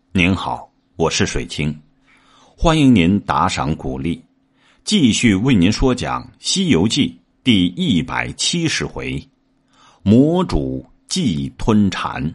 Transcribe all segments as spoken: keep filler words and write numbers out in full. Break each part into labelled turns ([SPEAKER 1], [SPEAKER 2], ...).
[SPEAKER 1] 您好，我是水清，欢迎您打赏鼓励，继续为您说讲《西游记》第一百七十回，魔主忌吞禅。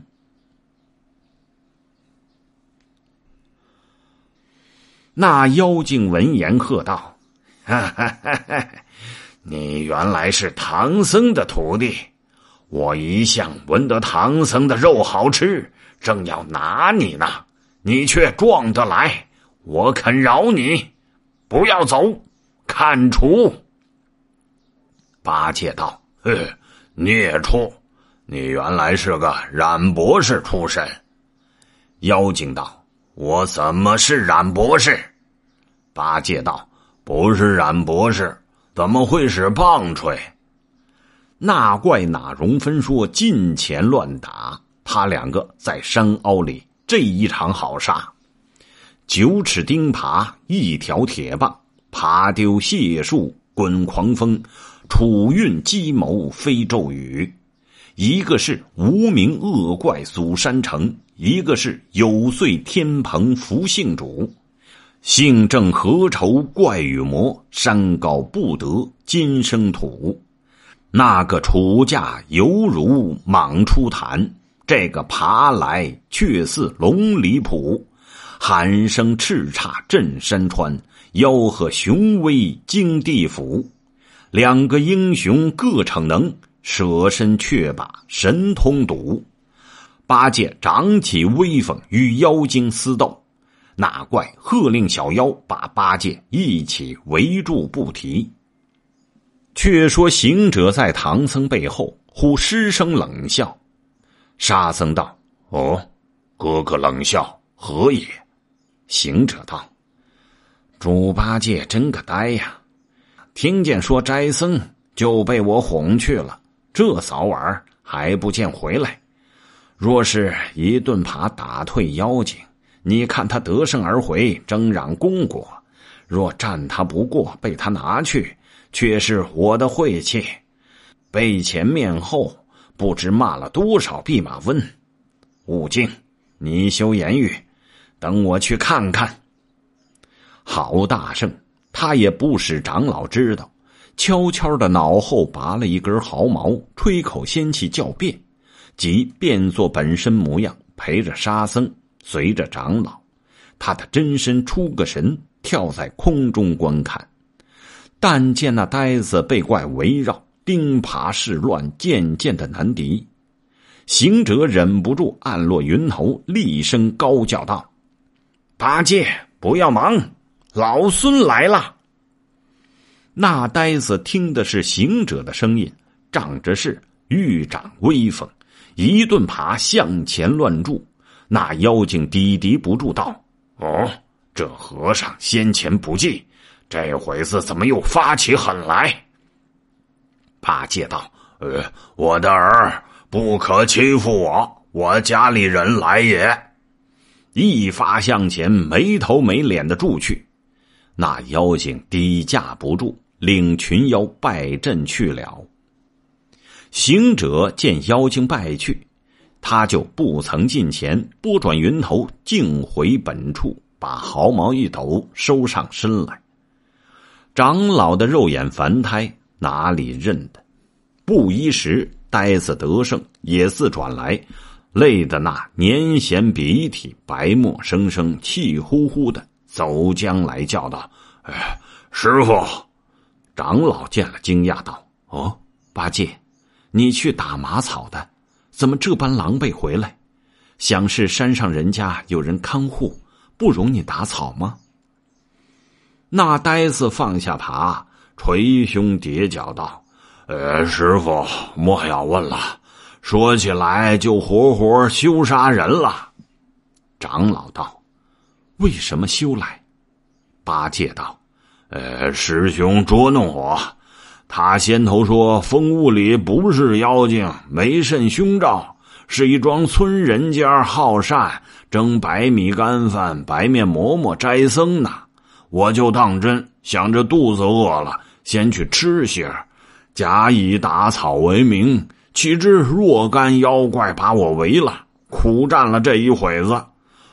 [SPEAKER 2] 那妖精闻言喝道：“哈哈哈哈，你原来是唐僧的徒弟，我一向闻得唐僧的肉好吃，正要拿你呢，你却撞得来，我肯饶你，不要走，看处。”八戒道：“呵，孽畜，你原来是个冉博士出身。”妖精道：“我怎么是冉博士？”八戒道：“不是冉博士，怎么会使棒槌？”
[SPEAKER 1] 那怪哪容分说近前乱打，他两个在山凹里这一场好杀。九齿钉耙，一条铁棒，耙丢解树，滚狂风，楚运机谋飞骤雨。一个是无名恶怪阻山城，一个是有罪天蓬福姓主。性正何愁怪与魔，山高不得今生土。那个楚驾犹如蟒出潭，这个爬来却似龙离谱。喊声叱咤震山川，吆喝雄威惊地府。两个英雄各逞能，舍身却把神通赌。八戒长起威风与妖精厮斗，那怪喝令小妖把八戒一起围住不提。却说行者在唐僧背后忽失声冷笑。沙僧道：“
[SPEAKER 2] 哦，哥哥冷笑何也？”
[SPEAKER 1] 行者道：“猪八戒真个呆呀，听见说斋僧就被我哄去了，这早晚还不见回来。若是一顿耙打退妖精，你看他得胜而回，争嚷功果；若战他不过，被他拿去，却是我的晦气。背前面后，不知骂了多少弼马温。悟净，你休言语，等我去看看。”好大圣，他也不使长老知道，悄悄的脑后拔了一根毫毛，吹口仙气叫变，即变作本身模样，陪着沙僧，随着长老。他的真身出个神，跳在空中观看。但见那呆子被怪围绕，钉耙势乱，渐渐的难敌。行者忍不住按落云头，厉声高叫道：“八戒，不要忙，老孙来了！”那呆子听的是行者的声音，仗着是欲长威风，一顿耙向前乱住。那妖精抵敌不住道：“
[SPEAKER 2] 哦，这和尚先前不济，这会子怎么又发起狠来？”
[SPEAKER 1] 八戒道：“
[SPEAKER 2] 呃，我的儿不可欺负我，我家里人来也。”
[SPEAKER 1] 一发向前，没头没脸的住去。那妖精抵架不住，领群妖败阵去了。行者见妖精败去，他就不曾近前，拨转云头，径回本处，把毫毛一抖，收上身来。长老的肉眼凡胎哪里认得？不一时，呆子得胜，也自转来，累得那粘涎鼻涕，白沫生生，气呼呼的走将来，叫道：“
[SPEAKER 2] 哎，师傅！”
[SPEAKER 1] 长老见了，惊讶道：“哦，八戒，你去打马草的，怎么这般狼狈回来？想是山上人家有人看护，不容你打草吗？”那呆子放下耙，捶胸叠脚道：“
[SPEAKER 2] 呃，师傅，莫要问了，说起来就活活休杀人了。”
[SPEAKER 1] 长老道：“为什么休来？”
[SPEAKER 2] 八戒道：“呃，师兄捉弄我，他先头说风屋里不是妖精，没甚凶兆，是一桩村人家好善，蒸白米干饭，白面馍馍斋僧呢。我就当真，想着肚子饿了，先去吃些，假以打草为名，岂知若干妖怪把我围了，苦战了这一会子。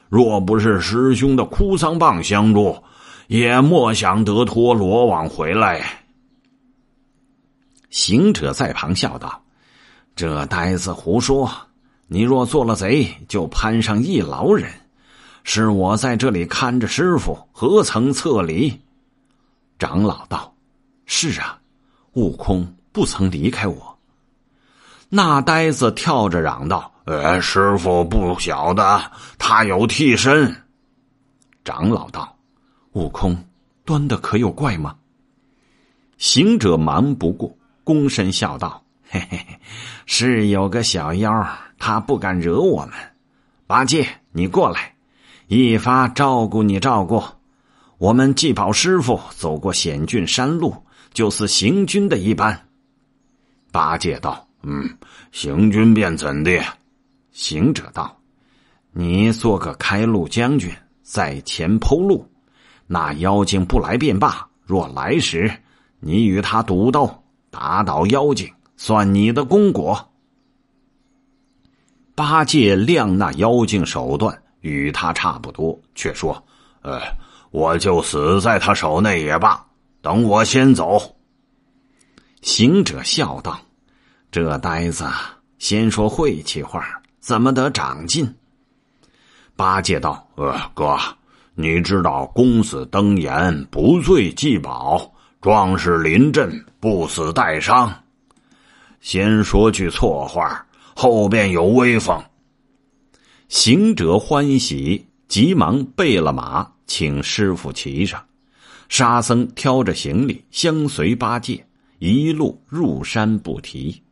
[SPEAKER 2] 若不是师兄的哭丧棒相助，也莫想得脱罗网回来。”
[SPEAKER 1] 行者在旁笑道：“这呆子胡说！你若做了贼，就攀上一劳人。是我在这里看着师傅，何曾侧离？”长老道：“是啊，悟空不曾离开我。”那呆子跳着嚷道：“
[SPEAKER 2] 呃，师傅不晓得，他有替身。”
[SPEAKER 1] 长老道：“悟空端的可有怪吗？”行者忙不过，躬身笑道：“嘿嘿嘿，是有个小妖，他不敢惹我们。八戒，你过来，一发照顾你照顾。我们祭宝师傅走过险峻山路，就似行军的一般。”
[SPEAKER 2] 八戒道：“嗯，行军便怎的？”
[SPEAKER 1] 行者道：“你做个开路将军，在前剖路，那妖精不来便罢，若来时，你与他赌斗，打倒妖精，算你的功果。”八戒量那妖精手段与他差不多，却说：“
[SPEAKER 2] 呃，我就死在他手内也罢，等我先走。”
[SPEAKER 1] 行者笑道：“这呆子先说晦气话，怎么得长进？”
[SPEAKER 2] 八戒道：“呃，哥，你知道公子登言不醉祭宝，壮士临阵不死带伤。先说句错话，后边有威风。”
[SPEAKER 1] 行者欢喜，急忙备了马，请师傅骑上。沙僧挑着行李，相随八戒，一路入山不提。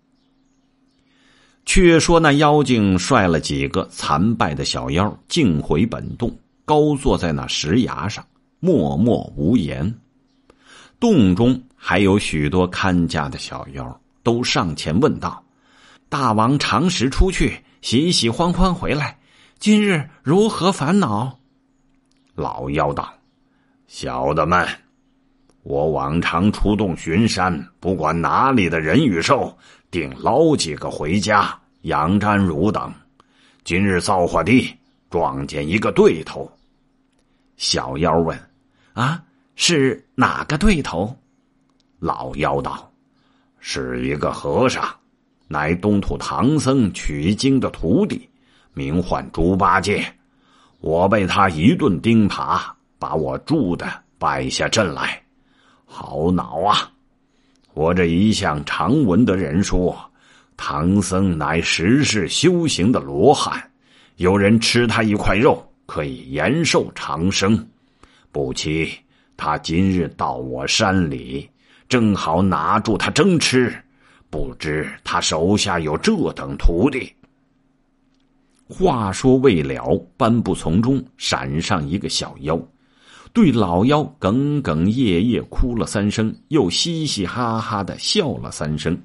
[SPEAKER 1] 却说那妖精率了几个残败的小妖，径回本洞，高坐在那石崖上，默默无言。洞中还有许多看家的小妖，都上前问道：“大王常时出去，喜喜欢欢回来，今日如何烦恼？”
[SPEAKER 2] 老妖道：“小的们，我往常出洞巡山，不管哪里的人与兽，定捞几个回家养沾乳等。今日造化地撞见一个对头。”
[SPEAKER 1] 小妖问：“啊，是哪个对头？”
[SPEAKER 2] 老妖道：“是一个和尚，乃东土唐僧取经的徒弟，名唤猪八戒。我被他一顿钉耙，把我住的败下阵来，好恼啊！我这一向常闻的人说，唐僧乃十世修行的罗汉，有人吃他一块肉可以延寿长生。不期他今日到我山里，正好拿住他争吃，不知他手下有这等徒弟。”
[SPEAKER 1] 话说未了，颁布丛中闪上一个小妖，对老妖哽哽咽咽哭了三声，又嘻嘻哈哈的笑了三声。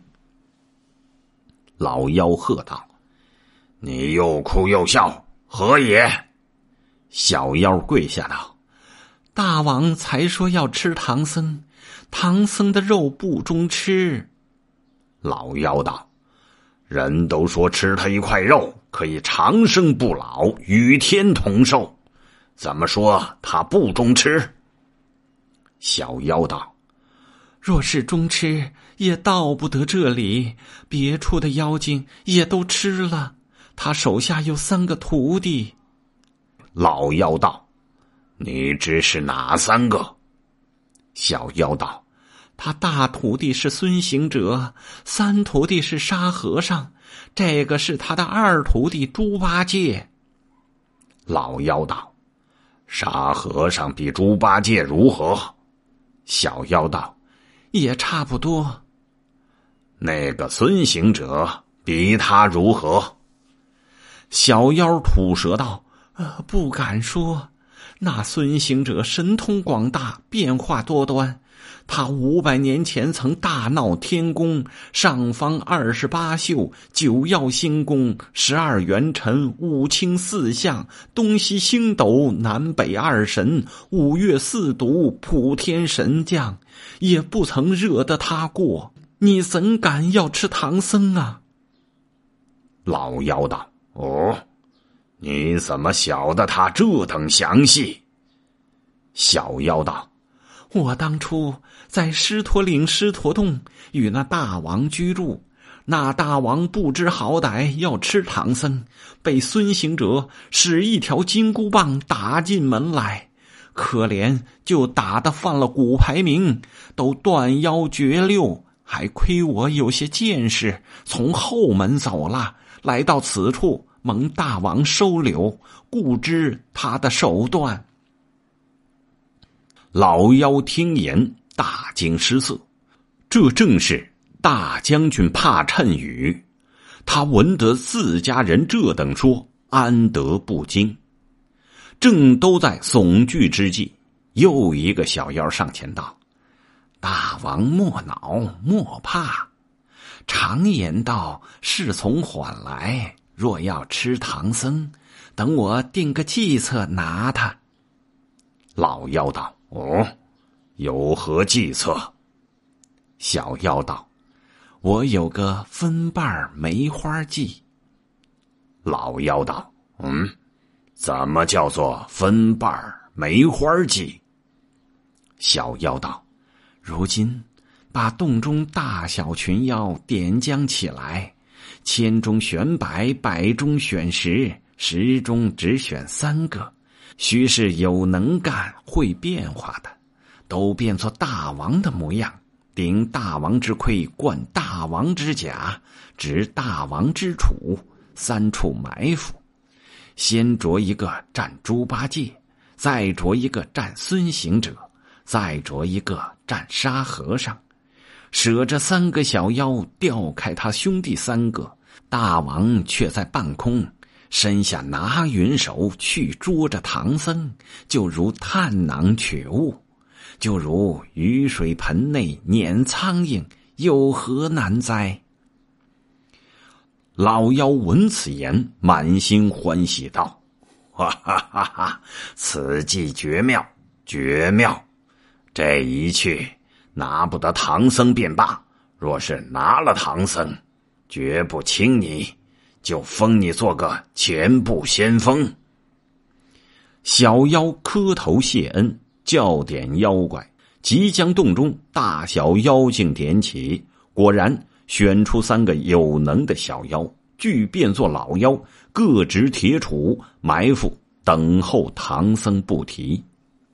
[SPEAKER 1] 老妖喝道：“
[SPEAKER 2] 你又哭又笑，何也？”
[SPEAKER 1] 小妖跪下道：“大王才说要吃唐僧，唐僧的肉不中吃。”
[SPEAKER 2] 老妖道：“人都说吃他一块肉可以长生不老，与天同寿，怎么说他不中吃？”
[SPEAKER 1] 小妖道：“若是中吃，也到不得这里，别处的妖精也都吃了，他手下有三个徒弟。”
[SPEAKER 2] 老妖道：“你知是哪三个？”
[SPEAKER 1] 小妖道：“他大徒弟是孙行者，三徒弟是沙和尚，这个是他的二徒弟猪八戒。”
[SPEAKER 2] 老妖道：“沙和尚比猪八戒如何？”
[SPEAKER 1] 小妖道：“也差不多。”
[SPEAKER 2] 那个孙行者比他如何？
[SPEAKER 1] 小妖吐舌道：“呃，不敢说。那孙行者神通广大，变化多端。他五百年前曾大闹天宫，上方二十八宿，九曜星宫，十二元辰，五清四象，东西星斗，南北二神，五岳四毒，普天神将，也不曾惹得他过。你怎敢要吃唐僧啊？”
[SPEAKER 2] 老妖道：“哦， 你怎么晓得他这等详细？小妖道：
[SPEAKER 1] 我当初在狮驼岭狮驼洞与那大王居住，那大王不知好歹要吃唐僧，被孙行者使一条金箍棒打进门来，可怜就打得犯了骨牌名，都断腰绝六，还亏我有些见识，从后门走了，来到此处，蒙大王收留，故知他的手段。
[SPEAKER 2] 老妖听言大惊失色，这正是大将军怕谶语，他闻得自家人这等说，安得不惊？正都在悚惧之际，又一个小妖上前道：
[SPEAKER 1] 大王莫恼莫怕，常言道事从缓来，若要吃唐僧，等我定个计策拿他。
[SPEAKER 2] 老妖道：哦，有何计策？
[SPEAKER 1] 小妖道：我有个分瓣梅花计。
[SPEAKER 2] 老妖道：嗯，怎么叫做分瓣梅花计？
[SPEAKER 1] 小妖道：如今把洞中大小群妖点将起来，千中选百，百中选十，十中只选三个，须是有能干会变化的，都变作大王的模样，顶大王之盔，冠大王之甲，执大王之杵，三处埋伏。先着一个战猪八戒，再着一个战孙行者，再着一个战沙和尚。舍这三个小妖，调开他兄弟三个，大王却在半空身下拿云手去捉着唐僧，就如探囊取物，就如雨水盆内撵苍蝇，有何难哉？
[SPEAKER 2] 老妖闻此言，满心欢喜道：哈哈哈哈，此计绝妙，绝妙！这一去拿不得唐僧便罢，若是拿了唐僧，绝不轻你，就封你做个前部先锋。
[SPEAKER 1] 小妖磕头谢恩，叫点妖怪，即将洞中大小妖精点起，果然选出三个有能的小妖，俱变作老妖，各执铁杵埋伏等候唐僧不提。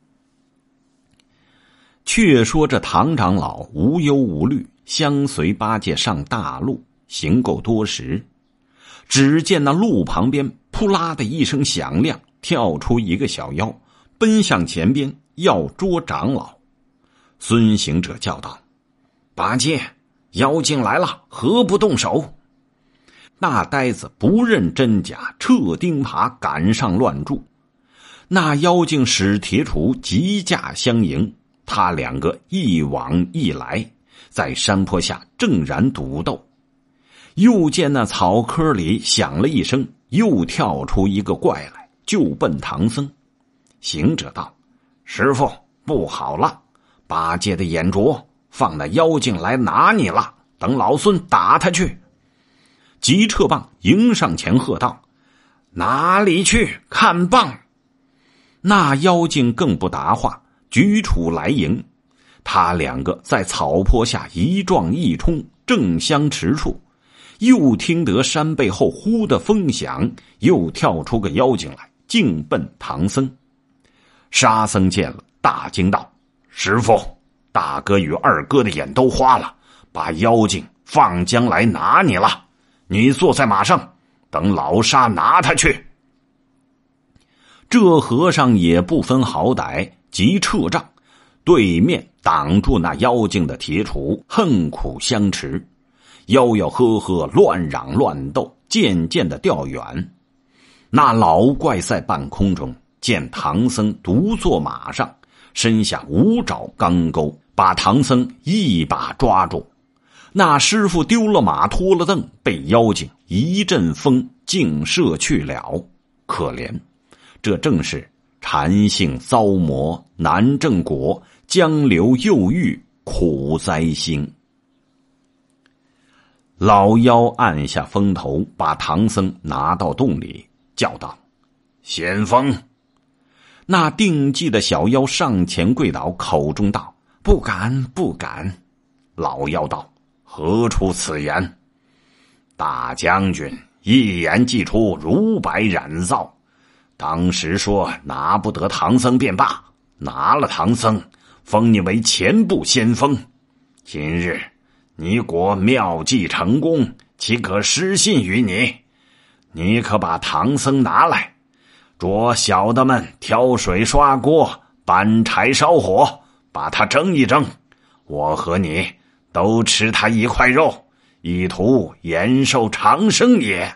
[SPEAKER 1] 却说这唐长老无忧无虑，相随八戒上大路，行够多时，只见那路旁边扑啦的一声响亮，跳出一个小妖，奔向前边要捉长老。孙行者叫道：八戒，妖精来了，何不动手？那呆子不认真假，撤钉耙赶上乱住。那妖精使铁杵急驾相迎，他两个一往一来，在山坡下正然赌斗。又见那草窠里响了一声，又跳出一个怪来，就奔唐僧。行者道：师父，不好了，八戒的眼拙，放那妖精来拿你了，等老孙打他去。急撤棒迎上前喝道：哪里去，看棒！那妖精更不答话，举杵来迎。他两个在草坡下一撞一冲，正相持处，又听得山背后忽的风响，又跳出个妖精来，径奔唐僧。沙僧见了，大惊道：师父，大哥与二哥的眼都花了，把妖精放将来拿你了，你坐在马上，等老沙拿他去。这和尚也不分好歹，急撤杖，对面挡住那妖精的铁杵，恨苦相持，吆吆喝喝，乱嚷乱斗，渐渐的调远。那老怪在半空中见唐僧独坐马上，身下五爪钢钩，把唐僧一把抓住。那师傅丢了马，脱了凳，被妖精一阵风竟射去了。可怜，这正是禅性糟磨难正果，江流又遇苦灾星。老妖按下风头，把唐僧拿到洞里，叫道：
[SPEAKER 2] 先锋！”
[SPEAKER 1] 那定计的小妖上前跪倒，口中道：“不敢，不敢。”
[SPEAKER 2] 老妖道：“何出此言？”大将军一言既出，如白染皂。当时说拿不得唐僧便罢，拿了唐僧，封你为前部先锋。今日你果妙计成功，岂可失信于你？你可把唐僧拿来，着小的们挑水刷锅，搬柴烧火，把他蒸一蒸，我和你都吃他一块肉，以图延寿长生也。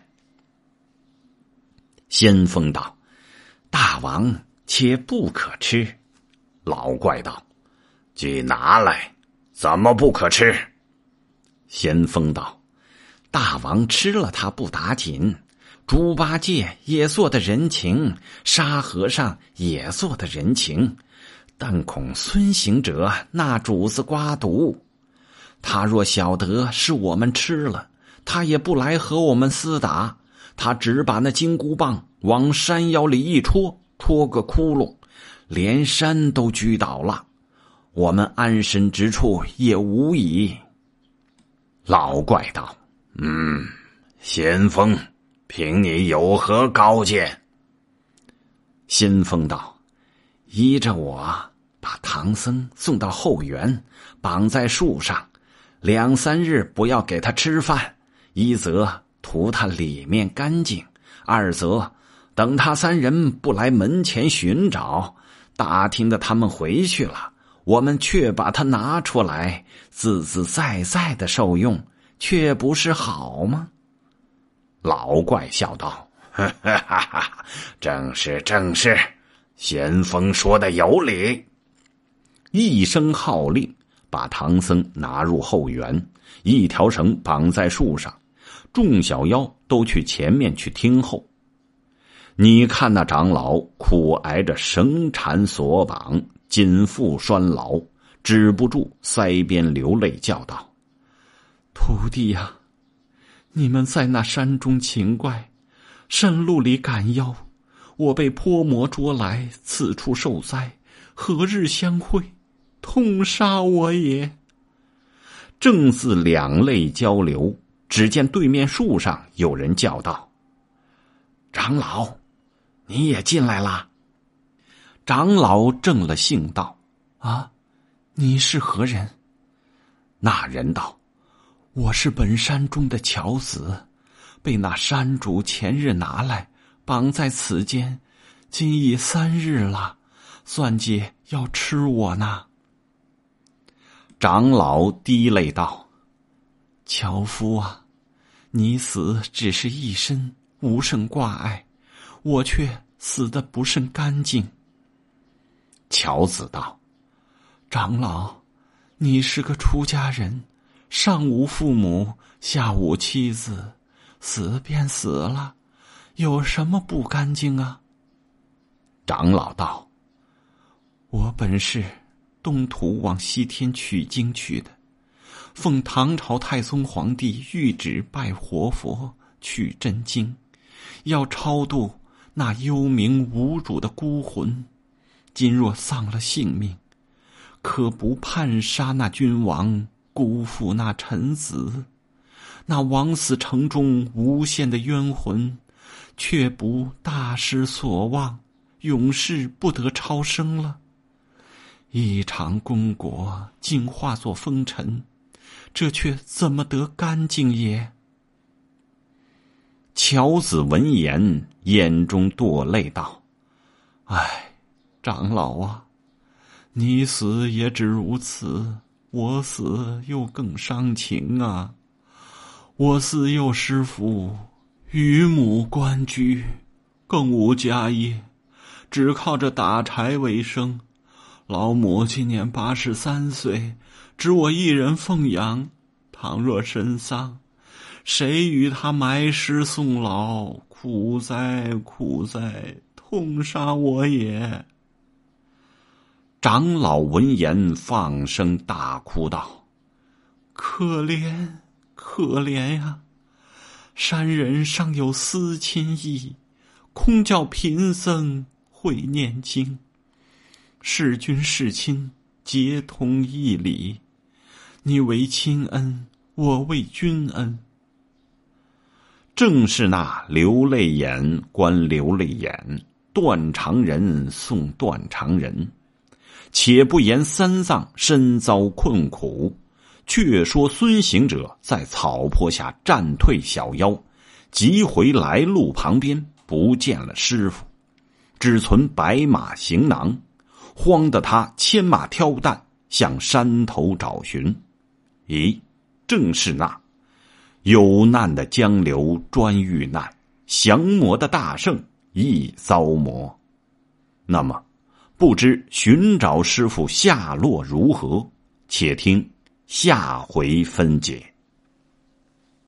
[SPEAKER 1] 先锋道：“大王且不可吃。”
[SPEAKER 2] 老怪道：“既拿来，怎么不可吃？”
[SPEAKER 1] 先锋道：“大王吃了它不打紧，猪八戒也做的人情，沙和尚也做的人情，但恐孙行者那主子刮毒，他若晓得是我们吃了，他也不来和我们厮打，他只把那金箍棒往山腰里一戳，戳个窟窿，连山都狙倒了，我们安身之处也无矣。”
[SPEAKER 2] 老怪道：“嗯，先锋，凭你有何高见？”
[SPEAKER 1] 先锋道：“依着我把唐僧送到后园，绑在树上，两三日不要给他吃饭，一则图他里面干净，二则等他三人不来门前寻找，打听的他们回去了，我们却把他拿出来，自自在在的受用，却不是好吗？”
[SPEAKER 2] 老怪笑道：“哈哈哈哈，正是正是，先锋说的有理。”
[SPEAKER 1] 一声号令，把唐僧拿入后园，一条绳绑在树上，众小妖都去前面去听候。你看那长老苦挨着绳缠索绑，紧缚拴牢，止不住腮边流泪，叫道：“徒弟呀、啊，你们在那山中擒怪，山路里赶妖，我被泼魔捉来，此处受灾，何日相会？痛杀我也！”正似两泪交流，只见对面树上有人叫道：“长老，你也进来啦！”长老正了性道：“啊，你是何人？”那人道：“我是本山中的樵子，被那山主前日拿来，绑在此间，今已三日了，算计要吃我呢。”长老滴泪道：“樵夫啊，你死只是一身，无甚挂碍，我却死得不甚干净。”樵子道：“长老，你是个出家人，上无父母，下无妻子，死便死了，有什么不干净啊？”长老道：“我本是东土往西天取经去的，奉唐朝太宗皇帝谕旨拜活佛，取真经，要超度那幽冥无主的孤魂。今若丧了性命，可不叛杀那君王，辜负那臣子？那枉死城中无限的冤魂，却不大失所望，永世不得超生了。一场功国竟化作风尘，这却怎么得干净也？”樵子闻言，眼中堕泪道：“唉，长老啊，你死也只如此，我死又更伤情啊！我死又师父，与母关居，更无家业，只靠着打柴为生。老母今年八十三岁，只我一人奉养。倘若身丧，谁与他埋尸送老？苦哉苦哉，痛杀我也！”长老闻言，放声大哭道：“可怜可怜呀！山人尚有思亲意，
[SPEAKER 3] 空教贫僧会念经，世君世亲皆同一理，你为亲恩，我为君恩。
[SPEAKER 1] 正是那流泪眼观流泪眼，断肠人送断肠人。且不言三藏身遭困苦，却说孙行者在草坡下战退小妖，急回来路旁边，不见了师傅，只存白马行囊，慌得他牵马挑担向山头找寻。咦，正是那有难的江流专遇难，降魔的大圣亦遭魔。那么不知寻找师傅下落如何？且听下回分解。